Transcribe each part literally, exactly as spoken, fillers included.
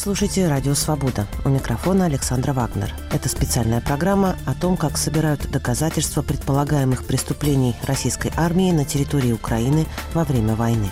слушаете «Радио Свобода». У микрофона Александра Вагнер. Это специальная программа о том, как собирают доказательства предполагаемых преступлений российской армии на территории Украины во время войны.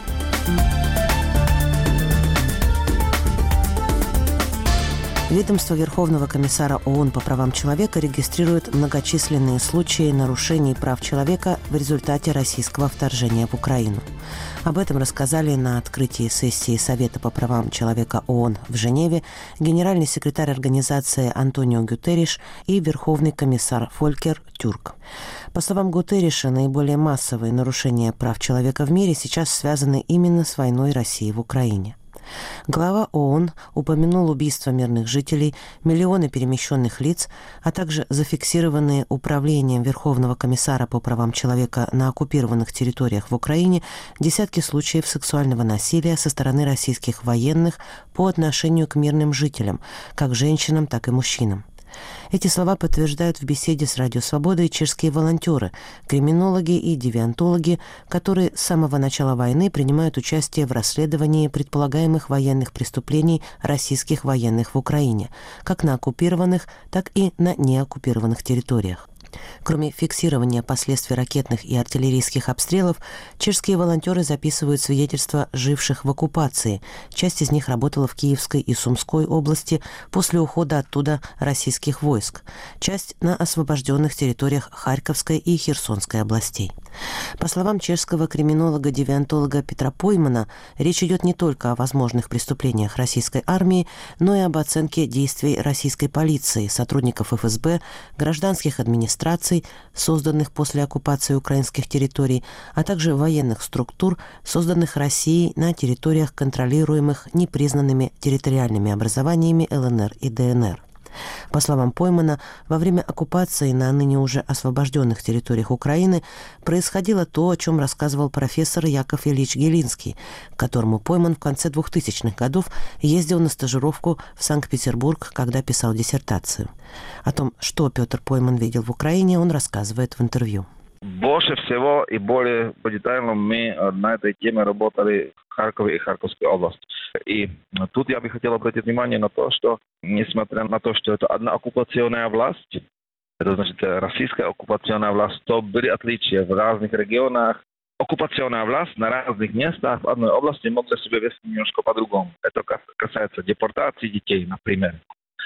Ведомство Верховного комиссара ООН по правам человека регистрирует многочисленные случаи нарушений прав человека в результате российского вторжения в Украину. Об этом рассказали на открытии сессии Совета по правам человека ООН в Женеве генеральный секретарь организации Антонио Гутерриш и Верховный комиссар Фолькер Тюрк. По словам Гутерриша, наиболее массовые нарушения прав человека в мире сейчас связаны именно с войной России в Украине. Глава ООН упомянул убийства мирных жителей, миллионы перемещенных лиц, а также зафиксированные Управлением Верховного комиссара по правам человека на оккупированных территориях в Украине десятки случаев сексуального насилия со стороны российских военных по отношению к мирным жителям, как женщинам, так и мужчинам. Эти слова подтверждают в беседе с «Радио Свобода» и чешские волонтеры, криминологи и девиантологи, которые с самого начала войны принимают участие в расследовании предполагаемых военных преступлений российских военных в Украине, как на оккупированных, так и на неоккупированных территориях. Кроме фиксирования последствий ракетных и артиллерийских обстрелов, чешские волонтеры записывают свидетельства живших в оккупации. Часть из них работала в Киевской и Сумской области после ухода оттуда российских войск. Часть на освобожденных территориях Харьковской и Херсонской областей. По словам чешского криминолога-девиантолога Петра Поймана, речь идет не только о возможных преступлениях российской армии, но и об оценке действий российской полиции, сотрудников эф эс бэ, гражданских администраций, созданных после оккупации украинских территорий, а также военных структур, созданных Россией на территориях, контролируемых непризнанными территориальными образованиями эл эн эр и дэ эн эр. По словам Поймана, во время оккупации на ныне уже освобожденных территориях Украины происходило то, о чем рассказывал профессор Яков Ильич Гелинский, к которому Пойман в конце двухтысячных годов ездил на стажировку в Санкт-Петербург, когда писал диссертацию. О том, что Петр Пойман видел в Украине, он рассказывает в интервью. Больше всего и более детально мы на этой теме работали в Харькове и Харьковской области. И тут я бы хотел обратить внимание на то, что несмотря на то, что это одна оккупационная власть, это значит российская оккупационная власть, то были отличия в разных регионах. Оккупационная власть на разных местах в одной области могла себя вести немножко по-другому. Это касается депортации детей, например.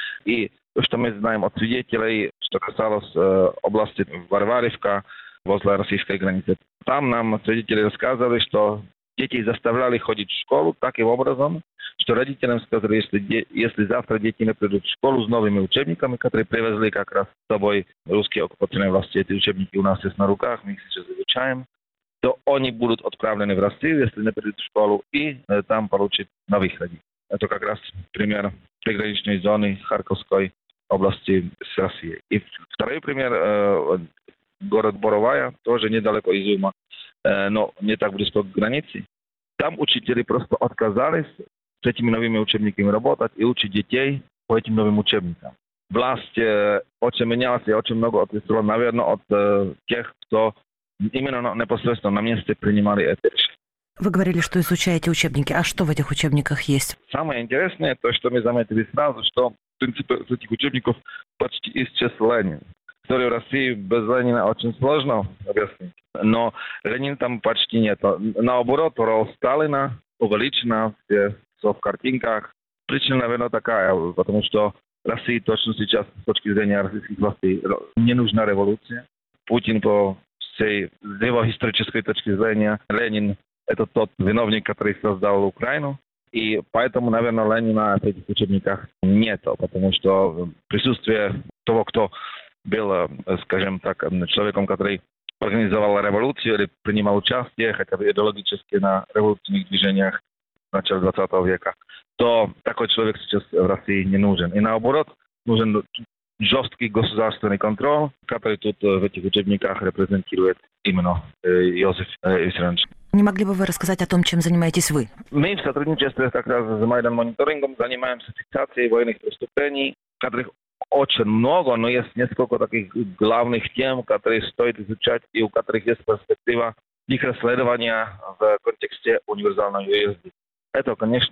И то, что мы знаем от свидетелей, что касалось э, области Варварівка, возле российской границы. Там нам свидетели рассказывали, что дети заставляли ходить в школу таким образом, что родителям сказали, если, де- если завтра дети не придут в школу с новыми учебниками, которые привезли как раз с собой русские оккупационные власти, эти учебники у нас есть на руках, мы их сейчас изучаем, то они будут отправлены в Россию, если не придут в школу, и э, там получат новых родителей. Это как раз пример приграничной зоны Харьковской области с Россией. И второй пример э, город Боровая, тоже недалеко Изюма, э, но не так близко к границе. Там учители просто отказались с этими новыми учебниками работать и учить детей по этим новым учебникам. Власть э, очень менялась и очень много ответствовала, наверное, от э, тех, кто именно непосредственно на месте принимали это решение. Вы говорили, что изучаете учебники. А что в этих учебниках есть? Самое интересное, то, что мы заметили сразу, что в принципе из этих учебников почти исчез Ленин. Историю России без Ленина очень сложно объяснить, но Ленина там почти нет. Наоборот, роль Сталина увеличена, все, все в картинках. Причина, наверное, такая, потому что России точно сейчас, с точки зрения российских властей, не нужна революция. Путин по всей с его исторической точки зрения, Ленин – это тот виновник, который создал Украину. И поэтому, наверное, Ленина в этих учебниках нет, потому что присутствие того, кто был, скажем так, человеком, который организовал революцию или принимал участие хотя бы идеологически на революционных движениях в начале двадцатого века, то такой человек сейчас в России не нужен. И наоборот, нужен жесткий государственный контроль, который тут в этих учебниках репрезентирует именно Иосиф Виссарионович. Не могли бы вы рассказать о том, чем занимаетесь вы? Мы в сотрудничестве как раз с Майдан Мониторингом занимаемся фиксацией военных преступлений, которых очень много, но есть несколько таких главных тем, которые стоит изучать и у которых есть перспектива их расследования в контексте универсальной юрисдикции. Это, конечно,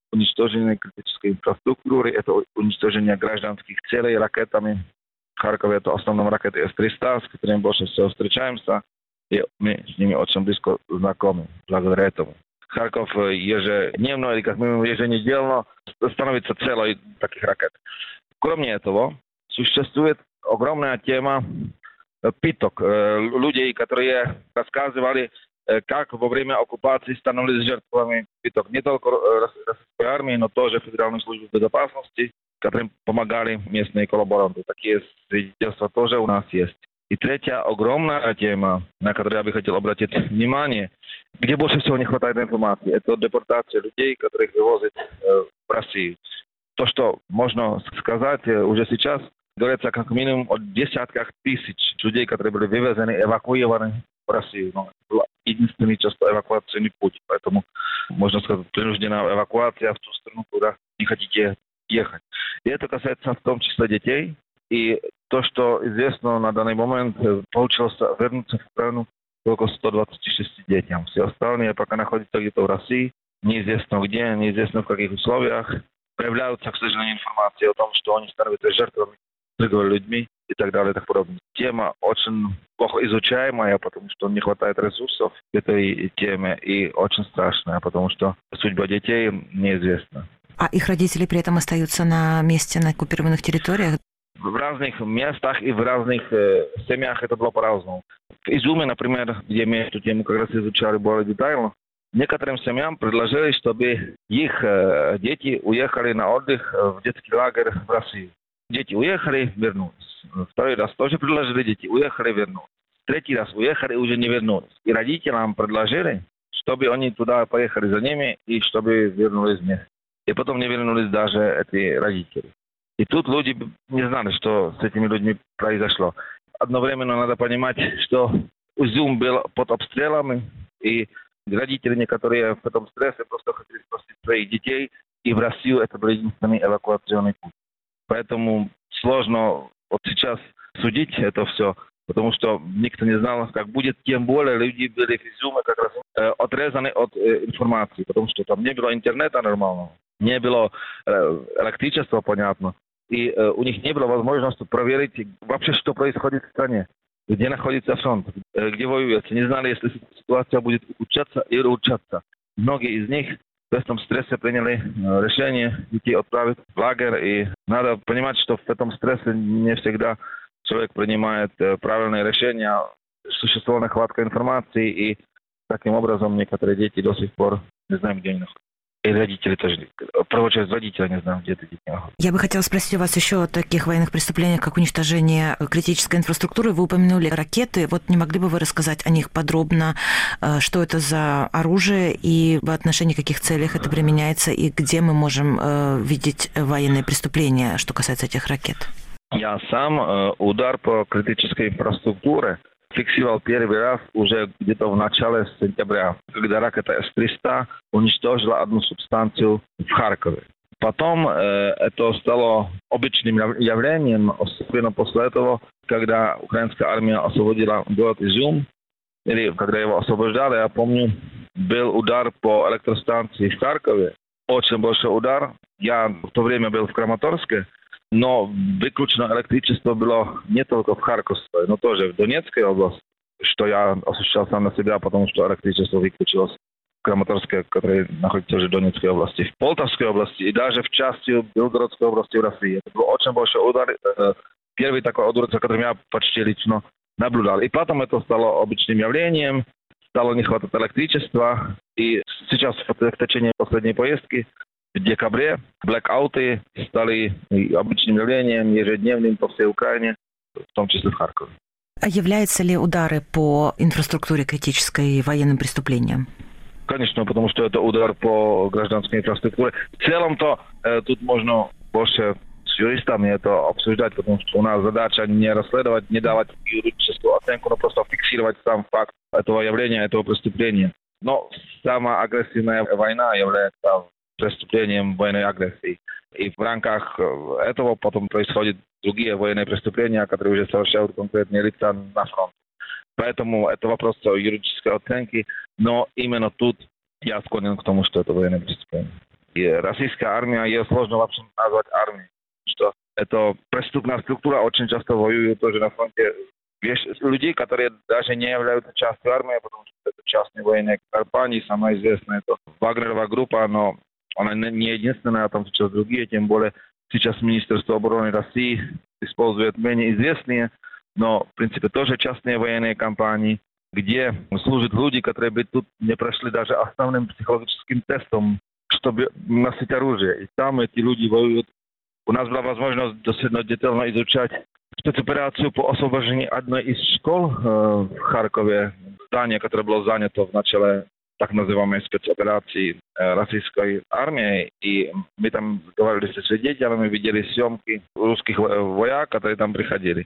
уничтожение критической инфраструктуры, это уничтожение гражданских целей ракетами. В Харькове это в основном ракеты эс триста, с которыми больше всего встречаемся, и мы с ними очень близко знакомы благодаря этому. Харьков ежедневно, или как минимум еженедельно, становится целой таких ракет. Кроме этого, существует огромная тема пыток людей, которые рассказывали, как во время оккупации становились жертвами пыток не только российской армии, но тоже Федеральной службы безопасности, которым помогали местные коллаборанты. Такие свидетельства тоже у нас есть. И третья огромная тема, на которую я бы хотел обратить внимание, где больше всего не хватает информации, это депортация людей, которых вывозят э, в Россию. То, что можно сказать э, уже сейчас, говорится как минимум о десятках тысяч людей, которые были вывезены, эвакуированы в Россию. Но это был единственный часто эвакуационный путь. Поэтому, можно сказать, принужденная эвакуация в ту страну, куда не хотите ехать. И это касается в том числе детей. И то, что известно на данный момент, получилось вернуться в Украину только сто двадцать шесть детям. Все остальные пока находятся где-то в России, неизвестно где, неизвестно в каких условиях. Появляются, к сожалению, информации о том, что они становятся жертвами другими людьми и так далее и так подобное. Тема очень плохо изучаемая, потому что не хватает ресурсов к этой теме, и очень страшная, потому что судьба детей неизвестна. А их родители при этом остаются на месте, на оккупированных территориях? В разных местах и в разных э, семьях это было по-разному. В Изюме, например, где мы эту тему как раз изучали более детально, некоторым семьям предложили, чтобы их э, дети уехали на отдых в детский лагерь в Россию. Дети уехали, вернулись. Второй раз тоже предложили, дети уехали, вернулись. Третий раз уехали, уже не вернулись. И родителям предложили, чтобы они туда поехали за ними и чтобы вернулись вместе. И потом не вернулись даже эти родители. И тут люди не знали, что с этими людьми произошло. Одновременно надо понимать, что Изюм был под обстрелами, и родители некоторые в этом стрессе просто хотели спасти своих детей, и в Россию это был единственный эвакуационный путь. Поэтому сложно вот сейчас судить это все, потому что никто не знал, как будет. Тем более люди были в Изюме как раз э, отрезаны от э, информации, потому что там не было интернета нормального, не было э, электричества, понятно. И э, у них не было возможности проверить вообще, что происходит в стране, где находится фронт, э, где воюется. Не знали, если ситуация будет ухудшаться или улучшаться. Многие из них в этом стрессе приняли э, решение детей отправить в лагерь. И надо понимать, что в этом стрессе не всегда человек принимает э, правильные решения. Существовала нехватка информации, и таким образом некоторые дети до сих пор не знаем, где они находятся. И родители тоже. В первую очередь родители, не знаю, где это дети находятся. Я бы хотела спросить у вас еще о таких военных преступлениях, как уничтожение критической инфраструктуры. Вы упомянули ракеты. Вот не могли бы вы рассказать о них подробно, что это за оружие и в отношении каких целях это применяется, и где мы можем видеть военные преступления, что касается этих ракет? Я сам удар по критической инфраструктуре фиксировал первый раз уже где-то в начале сентября, когда ракета эс триста уничтожила одну субстанцию в Харькове. Потом э, это стало обычным явлением, особенно после этого, когда украинская армия освободила город Изюм, или когда его освобождали, я помню, был удар по электростанции в Харькове, очень большой удар. Я в то время был в Краматорске, но выключено электричество было не только в Харьковской, но тоже в Донецкой области, что я ощущал сам на себя, потому что электричество выключилось в Краматорске, который находится уже в Донецкой области, в Полтавской области и даже в части Белгородской области в России. Это был очень большой удар, первый такой удар, за которым я почти лично наблюдал. И потом это стало обычным явлением, стало не хватать электричества, и сейчас в течение последней поездки в декабре блэкауты стали обычным явлением, ежедневным по всей Украине, в том числе в Харькове. А являются ли удары по инфраструктуре критической военным преступлением? Конечно, потому что это удар по гражданской инфраструктуре. В целом-то э, тут можно больше с юристами это обсуждать, потому что у нас задача не расследовать, не давать юридическую оценку, но просто фиксировать сам факт этого явления, этого преступления. Но самая агрессивная война является преступлением военной агрессии. И в рамках этого потом происходят другие военные преступления, которые уже совершают конкретные лица на фронте. Поэтому это вопрос юридической оценки, но именно тут я склонен к тому, что это военное преступление. И российская армия, ее сложно вообще назвать армией, что это преступная структура, очень часто воюют тоже на фронте людей, которые даже не являются частью армии, потому что это частные военные компании, самая известная это Вагнерова группа, но она не единственная, там сейчас другие, тем более сейчас Министерство обороны России использует менее известные, но в принципе тоже частные военные компании, где служат люди, которые бы тут не прошли даже основным психологическим тестом, чтобы носить оружие. И там эти люди воюют. У нас была возможность достаточно детально изучать спецоперацию по освобождению одной из школ э, в Харькове, здание, которое было занято в начале так называемой спецоперации э, российской армии. И мы там говорили со свидетелями, видели съемки русских вояк, которые там приходили.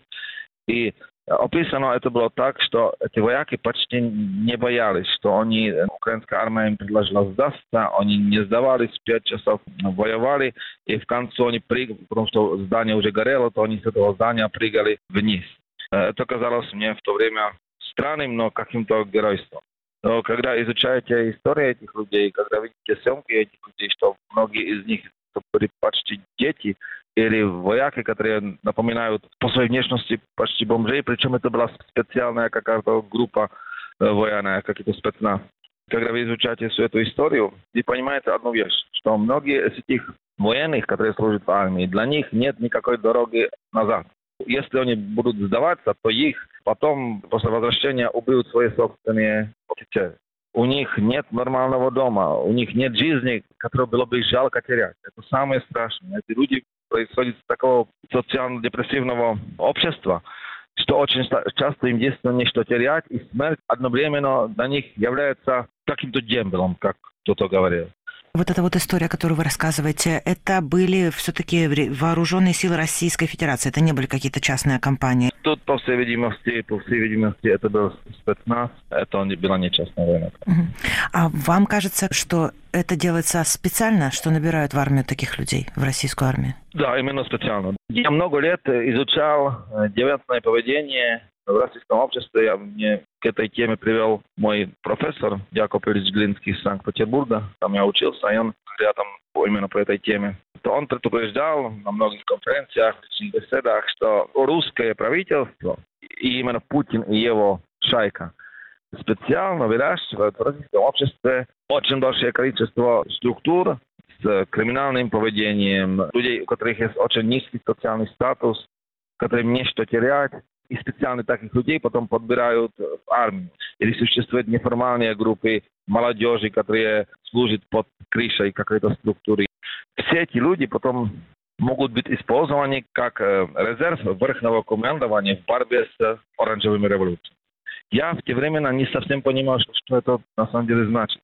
И описано это было так, что эти вояки почти не боялись, что они, украинская армия им предложила сдаться, они не сдавались, пять часов воевали, и в конце они прыгали, потому что здание уже горело, то они с этого здания прыгали вниз. Это казалось мне в то время странным, но каким-то геройством. Но когда изучаете историю этих людей, когда видите съемки этих людей, что многие из них были почти дети, или вояки, которые напоминают по своей внешности почти бомжей, причем это была специальная какая-то группа военная, какие-то спецназ. Когда вы изучаете всю эту историю, вы понимаете одну вещь, что многие из этих военных, которые служат в армии, для них нет никакой дороги назад. Если они будут сдаваться, то их потом после возвращения убьют свои собственные офицеры. У них нет нормального дома, у них нет жизни, которую было бы жалко терять. Это самое страшное. Эти люди происходят из такого социально-депрессивного общества, что очень часто им действительно нечто терять, и смерть одновременно для них является каким-то дембелом, как кто-то говорил. Вот эта вот история, которую вы рассказываете, это были все-таки вооруженные силы Российской Федерации, это не были какие-то частные компании? Тут, по всей видимости, по всей видимости, это был спецназ, это была не частная война. Uh-huh. А вам кажется, что это делается специально, что набирают в армию таких людей, в российскую армию? Да, именно специально. Я много лет изучал девиантное поведение в российском обществе. Я мне к этой теме привел мой профессор Яков Ильич Глинский из Санкт-Петербурга. Там я учился, и он рядом именно по этой теме. То он предупреждал на многих конференциях, личных беседах, что русское правительство, и именно Путин и его шайка, специально выращивают в российском обществе очень большое количество структур с криминальным поведением, людей, у которых есть очень низкий социальный статус, которым нечто терять. И специально таких людей потом подбирают в армию. Или существуют неформальные группы молодежи, которые служат под крышей какой-то структуры. Все эти люди потом могут быть использованы как резерв верхнего командования в борьбе с оранжевыми революциями. Я в те времена не совсем понимал, что это на самом деле значит.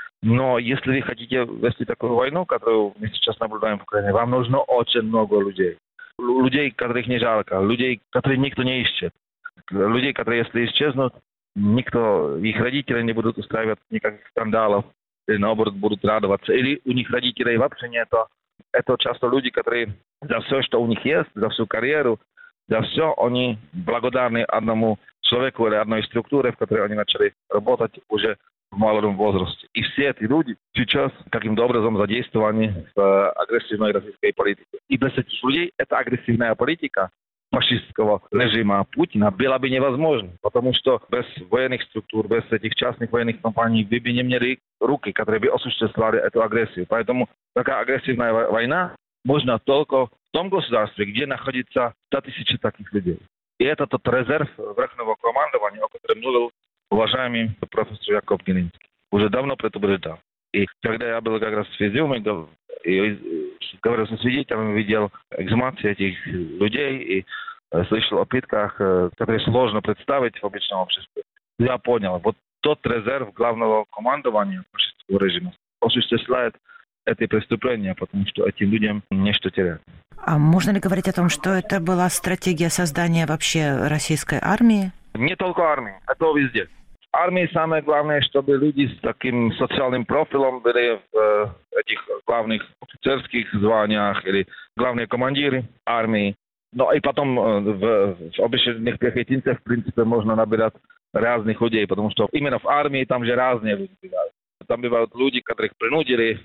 Но если вы хотите вести такую войну, которую мы сейчас наблюдаем в Украине, вам нужно очень много людей. Людей, которых не жалко, людей, которых никто не ищет. Людей, которые, если исчезнут, никто, их родители не будут устраивать никаких скандалов, или наоборот будут радоваться. Или у них родителей вообще нет. Это часто люди, которые за все, что у них есть, за всю карьеру, за все, они благодарны одному человеку или одной структуре, в которой они начали работать уже в молодом возрасте. И все эти люди сейчас каким-то образом задействованы в агрессивной российской политике. И без этих людей эта агрессивная политика фашистского режима Путина была бы невозможна, потому что без военных структур, без этих частных военных компаний вы бы не имели руки, которые бы осуществляли эту агрессию. Поэтому такая агрессивная война можно только в том государстве, где находится сто тысяч таких людей. И это тот резерв верхнего командования, о котором говорил уважаемый профессор Яков Глинский. Уже давно предупреждал. И когда я был как раз в Изюме, и говорил со свидетелями, видел эксгумации этих людей и э, слышал о пытках, э, которые сложно представить в обычном обществе, я понял, вот тот резерв главного командования фашистского режима осуществляет эти преступления, потому что этим людям нечто терять. А можно ли говорить о том, что это была стратегия создания вообще российской армии? Не только армии, это везде. В армии самое главное, чтобы люди с таким социальным профилем были в э, этих главных офицерских званиях или главные командиры армии. Но и потом э, в, в обычных пехотинцах, в принципе, можно набирать разных людей, потому что именно в армии там же разные люди бывают. Там бывают люди, которых принудили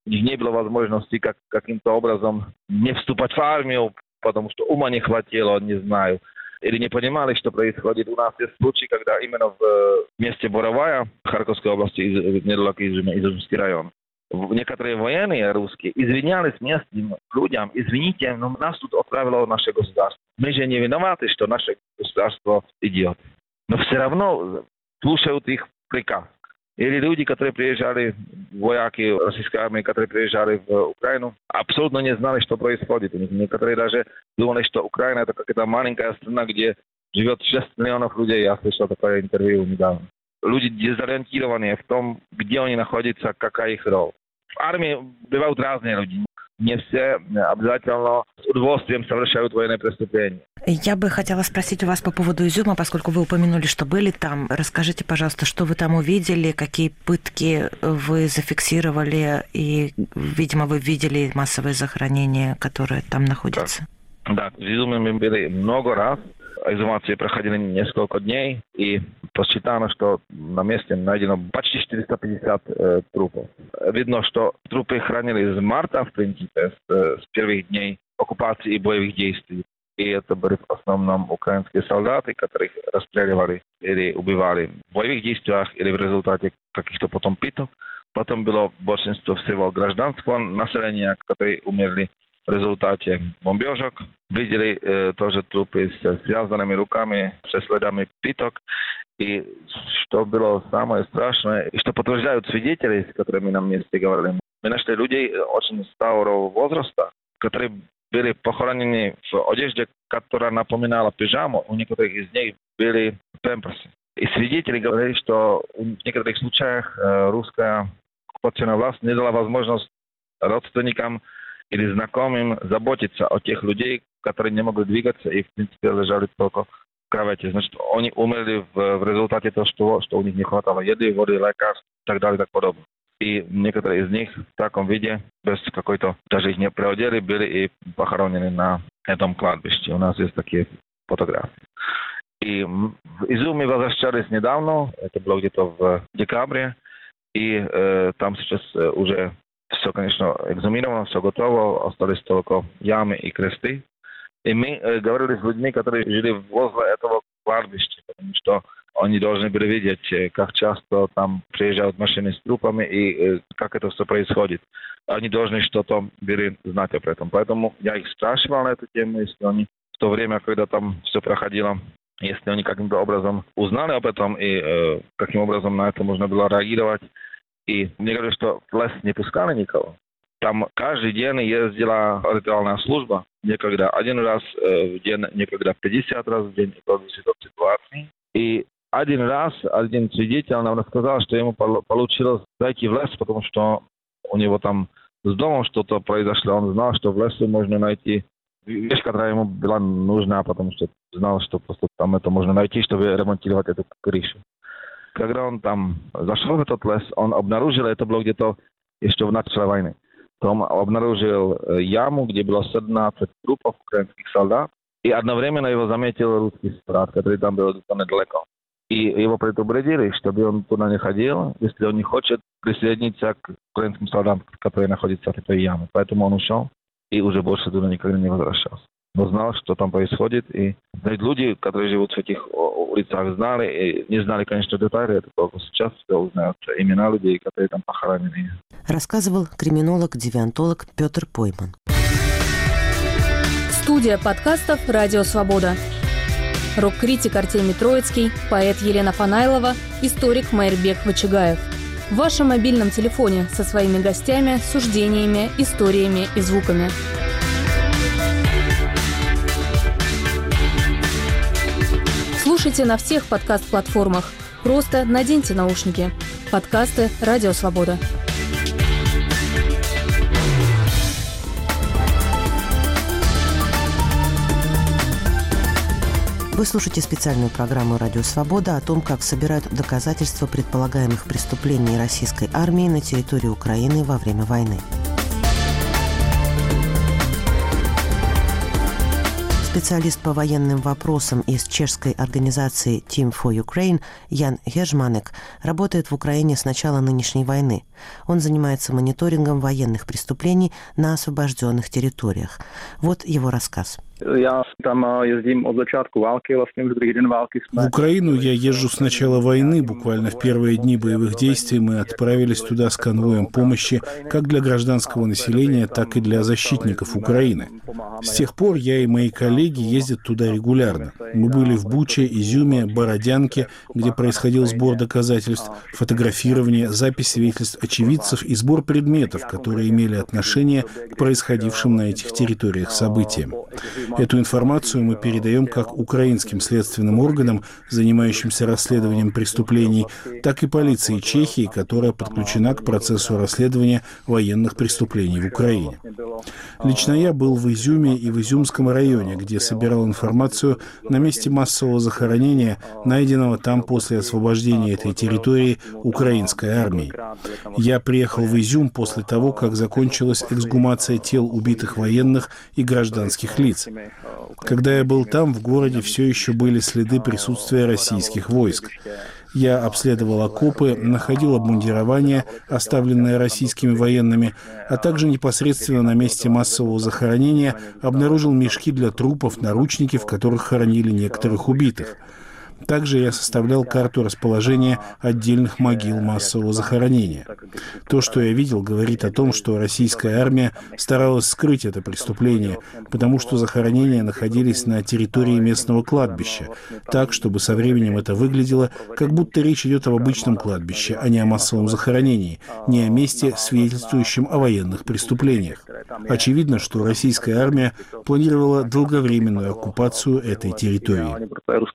у них не было возможности как, каким-то образом не вступать в армию, потому что ума не хватило, не знаю, или не понимали, что происходит. У нас есть случаи, когда именно в месте Боровая, Харьковской области, недалеко Изюмский район, некоторые военные русские извинялись местным людям: извините, но нас тут отправило наше государство. Мы же не виноваты, что наше государство идет. Но все равно слушают их приказ. Или люди, которые приезжали, вояки российской армии, которые приезжали в Украину, абсолютно не знали, что происходит. Некоторые даже думали, что Украина — это какая-то маленькая страна, где живет шесть миллионов людей. Я слышал такое интервью недавно. Люди дезориентированные в том, где они находятся, какая их роль. В армии бывают разные люди. Не все обязательно с удовольствием совершают военные преступления. Я бы хотела спросить у вас по поводу Изюма, поскольку вы упомянули, что были там. Расскажите, пожалуйста, что вы там увидели, какие пытки вы зафиксировали, и, видимо, вы видели массовые захоронения, которые там находятся. Да, в Изюме мы были много раз. Эксгумации проходили несколько дней, и посчитано, что на месте найдено почти четыреста пятьдесят э, трупов. Видно, что трупы хранили с марта, в принципе, с, с первых дней оккупации и боевых действий. И это были в основном украинские солдаты, которых расстреливали или убивали в боевых действиях или в результате каких-то потом пыток. Потом было большинство всего гражданского населения, которые умерли в результате бомбежек. Видели э, тоже трупы с связанными руками, со следами пыток. И что было самое страшное, и что подтверждают свидетели, с которыми на месте говорили, мы нашли людей очень старого возраста, которые были похоронены в одежде, которая напоминала пижаму. У некоторых из них были пемперсы. И свидетели говорили, что в некоторых случаях э, русская оккупационная власть не дала возможность родственникам или знакомым заботиться о тех людей, которые не могли двигаться и, в принципе, лежали только в кровати. Значит, они умерли в, в результате того, что, что у них не хватало еды, воды, лекарств и так далее и так подобное. И некоторые из них в таком виде, без какой-то, даже их не приодели, были и похоронены на этом кладбище. У нас есть такие фотографии. И в Изюме возвращались недавно, это было где-то в декабре, и э, там сейчас э, уже все, конечно, эксгумировано, все готово, остались только ямы и кресты. И мы э, говорили с людьми, которые жили возле этого кладбища, потому что они должны были видеть, как часто там приезжают машины с трупами и э, как это все происходит. Они должны что-то были знать об этом. Поэтому я их спрашивал на эту тему, если они в то время, когда там все проходило, если они каким-то образом узнали об этом и э, каким образом на это можно было реагировать. И мне говорят, что в лес не пускали никого. Там каждый день ездила ритуальная служба. Некогда один раз в день, некогда пятьдесят раз в день, и зависит от ситуации. И один раз один свидетель нам рассказал, что ему получилось зайти в лес, потому что у него там с домом что-то произошло. Он знал, что в лесу можно найти вещь, которая ему была нужна, потому что знал, что просто там это можно найти, чтобы ремонтировать эту крышу. Когда он там зашел в этот лес, он обнаружил, это было где-то еще в начале войны, то он обнаружил яму, где было семнадцать трупов украинских солдат, и одновременно его заметил русский солдат, который там был где-то недалеко. И его предупредили, чтобы он туда не ходил, если он не хочет присоединиться к украинским солдатам, которые находятся в этой яме. Поэтому он ушел и уже больше туда никогда не возвращался. Но знал, что там происходит. И люди, которые живут в этих улицах, знали, и не знали, конечно, детали, это только сейчас все узнают имена людей, которые там похоронены. Рассказывал криминолог-девиантолог Петр Пойман. Студия подкастов «Радио Свобода». Рок-критик Артемий Троицкий, поэт Елена Фанайлова, историк Майрбек Вачигаев. В вашем мобильном телефоне со своими гостями, суждениями, историями и звуками. Слушайте на всех подкаст-платформах. Просто наденьте наушники. Подкасты «Радио Свобода». Вы слушаете специальную программу «Радио Свобода» о том, как собирают доказательства предполагаемых преступлений российской армии на территории Украины во время войны. Специалист по военным вопросам из чешской организации Team for Ukraine Ян Гежманек работает в Украине с начала нынешней войны. Он занимается мониторингом военных преступлений на освобожденных территориях. Вот его рассказ. Я там ездим от начала войны, власне, в другой день войны. В Украину я езжу с начала войны. Буквально в первые дни боевых действий мы отправились туда с конвоем помощи как для гражданского населения, так и для защитников Украины. С тех пор я и мои коллеги ездят туда регулярно. Мы были в Буче, Изюме, Бородянке, где происходил сбор доказательств, фотографирование, запись свидетельств очевидцев и сбор предметов, которые имели отношение к происходившим на этих территориях событиям. Эту информацию мы передаем как украинским следственным органам, занимающимся расследованием преступлений, так и полиции Чехии, которая подключена к процессу расследования военных преступлений в Украине. Лично я был в Изюме и в Изюмском районе, где собирал информацию на месте массового захоронения, найденного там после освобождения этой территории украинской армией. Я приехал в Изюм после того, как закончилась эксгумация тел убитых военных и гражданских лиц. Когда я был там, в городе все еще были следы присутствия российских войск. Я обследовал окопы, находил обмундирование, оставленное российскими военными, а также непосредственно на месте массового захоронения обнаружил мешки для трупов, наручники, в которых хоронили некоторых убитых. Также я составлял карту расположения отдельных могил массового захоронения. То, что я видел, говорит о том, что российская армия старалась скрыть это преступление, потому что захоронения находились на территории местного кладбища, так, чтобы со временем это выглядело, как будто речь идет об обычном кладбище, а не о массовом захоронении, не о месте, свидетельствующем о военных преступлениях. Очевидно, что российская армия планировала долговременную оккупацию этой территории.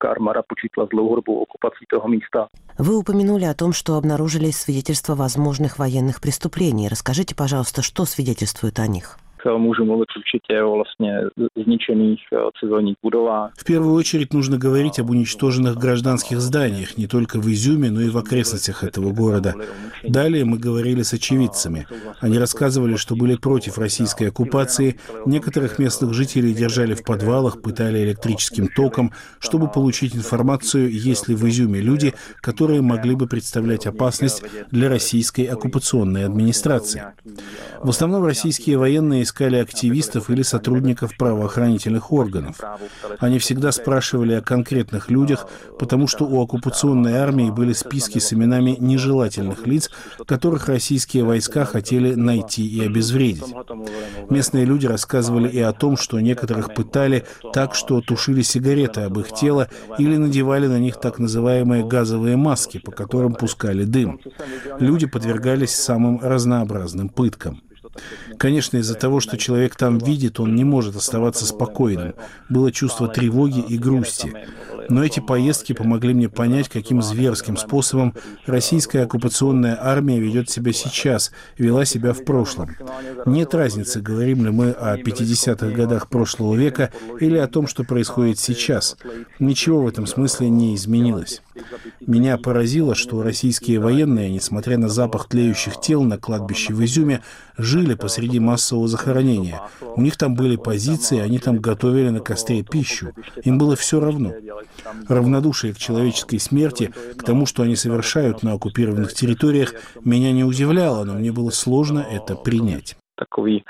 Вы упомянули о том, что обнаружились свидетельства возможных военных преступлений. Расскажите, пожалуйста, что свидетельствует о них? Můžu mluvit určitě o vlastně zničených civilních budovách. В первую очередь нужно говорить об уничтоженных гражданских зданиях, не только в Изюме, но и в окрестностях этого города. Далее мы говорили с очевидцами. Они рассказывали, что были против российской оккупации. Некоторых местных жителей держали в подвалах, пытали электрическим током, чтобы получить информацию, есть ли в Изюме люди, которые могли бы представлять опасность для российской оккупационной администрации. В основном российские военные искали активистов или сотрудников правоохранительных органов. Они всегда спрашивали о конкретных людях, потому что у оккупационной армии были списки с именами нежелательных лиц, которых российские войска хотели найти и обезвредить. Местные люди рассказывали и о том, что некоторых пытали так, что тушили сигареты об их тело или надевали на них так называемые газовые маски, по которым пускали дым. Люди подвергались самым разнообразным пыткам. Конечно, из-за того, что человек там видит, он не может оставаться спокойным. Было чувство тревоги и грусти. Но эти поездки помогли мне понять, каким зверским способом российская оккупационная армия ведет себя сейчас, вела себя в прошлом. Нет разницы, говорим ли мы о пятидесятых годах прошлого века или о том, что происходит сейчас. Ничего в этом смысле не изменилось. Меня поразило, что российские военные, несмотря на запах тлеющих тел на кладбище в Изюме, жили посреди массового захоронения. У них там были позиции, они там готовили на костре пищу. Им было все равно. Равнодушие к человеческой смерти, к тому, что они совершают на оккупированных территориях, меня не удивляло, но мне было сложно это принять. Вы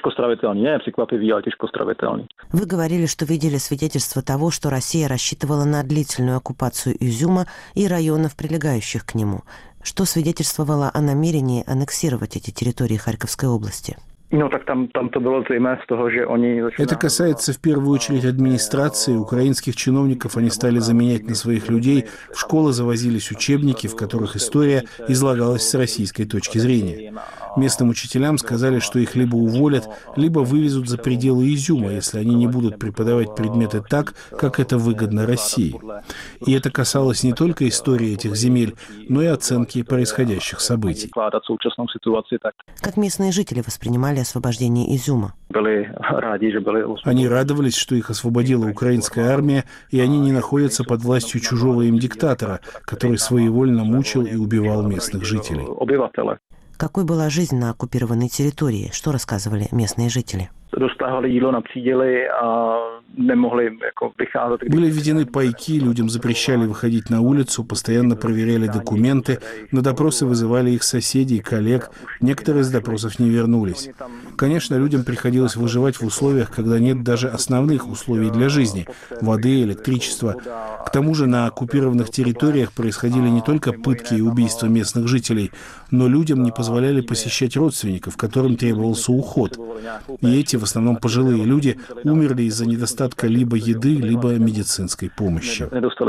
говорили, что видели свидетельства того, что Россия рассчитывала на длительную оккупацию Изюма и районов, прилегающих к нему. Что свидетельствовало о намерении аннексировать эти территории Харьковской области? No, tak tam, tam to bylo zřejmé z toho, že oni... Это касается в первую очередь администрации. Украинских чиновников они стали заменять на своих людей. В школы завозились учебники, в которых история излагалась с российской точки зрения. Местным учителям сказали, что их либо уволят, либо вывезут за пределы Изюма, если они не будут преподавать предметы так, как это выгодно России. И это касалось не только истории этих земель, но и оценки происходящих событий. Как местные жители воспринимали освобождение Изюма? Они радовались, что их освободила украинская армия, и они не находятся под властью чужого им диктатора, который своевольно мучил и убивал местных жителей. Какой была жизнь на оккупированной территории? Что рассказывали местные жители? Были введены пайки, людям запрещали выходить на улицу, постоянно проверяли документы, на допросы вызывали их соседей, коллег, некоторые из допросов не вернулись. Конечно, людям приходилось выживать в условиях, когда нет даже основных условий для жизни – воды, электричества. К тому же на оккупированных территориях происходили не только пытки и убийства местных жителей, но людям не позволяли посещать родственников, которым требовался уход. И эти, в основном пожилые люди, умерли из-за недостатка либо еды, либо медицинской помощи.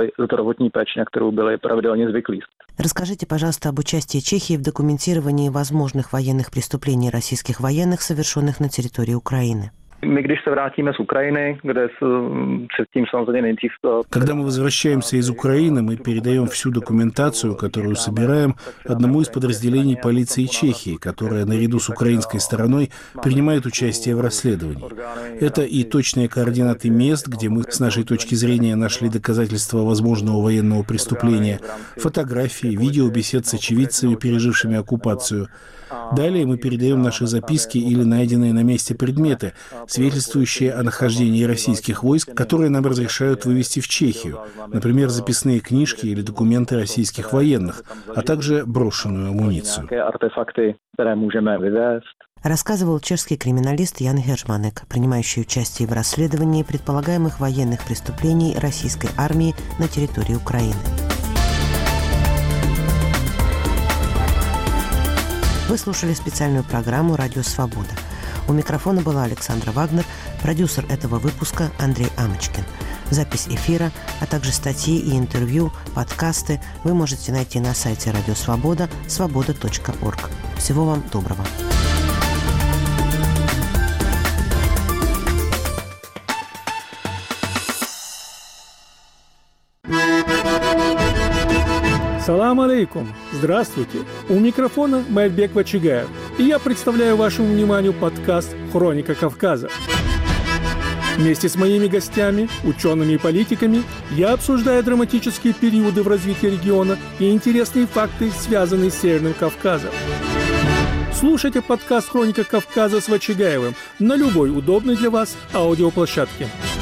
Расскажите, пожалуйста, об участии Чехии в документировании возможных военных преступлений российских военных, совершенных на территории Украины. Когда мы возвращаемся из Украины, мы передаем всю документацию, которую собираем, одному из подразделений полиции Чехии, которая наряду с украинской стороной принимает участие в расследовании. Это и точные координаты мест, где мы, с нашей точки зрения, нашли доказательства возможного военного преступления, фотографии, видеобесед с очевидцами, пережившими оккупацию. Далее мы передаем наши записки или найденные на месте предметы, свидетельствующие о нахождении российских войск, которые нам разрешают вывести в Чехию, например, записные книжки или документы российских военных, а также брошенную амуницию. Рассказывал чешский криминалист Ян Хержманек, принимающий участие в расследовании предполагаемых военных преступлений российской армии на территории Украины. Вы слушали специальную программу «Радио Свобода». У микрофона была Александра Вагнер, продюсер этого выпуска Андрей Амочкин. Запись эфира, а также статьи и интервью, подкасты вы можете найти на сайте «Радио Свобода» свобода точка орг. Всего вам доброго. Салам алейкум! Здравствуйте! У микрофона Майрбек Вачигаев, и я представляю вашему вниманию подкаст «Хроника Кавказа». Вместе с моими гостями, учеными и политиками я обсуждаю драматические периоды в развитии региона и интересные факты, связанные с Северным Кавказом. Слушайте подкаст «Хроника Кавказа» с Вачигаевым на любой удобной для вас аудиоплощадке.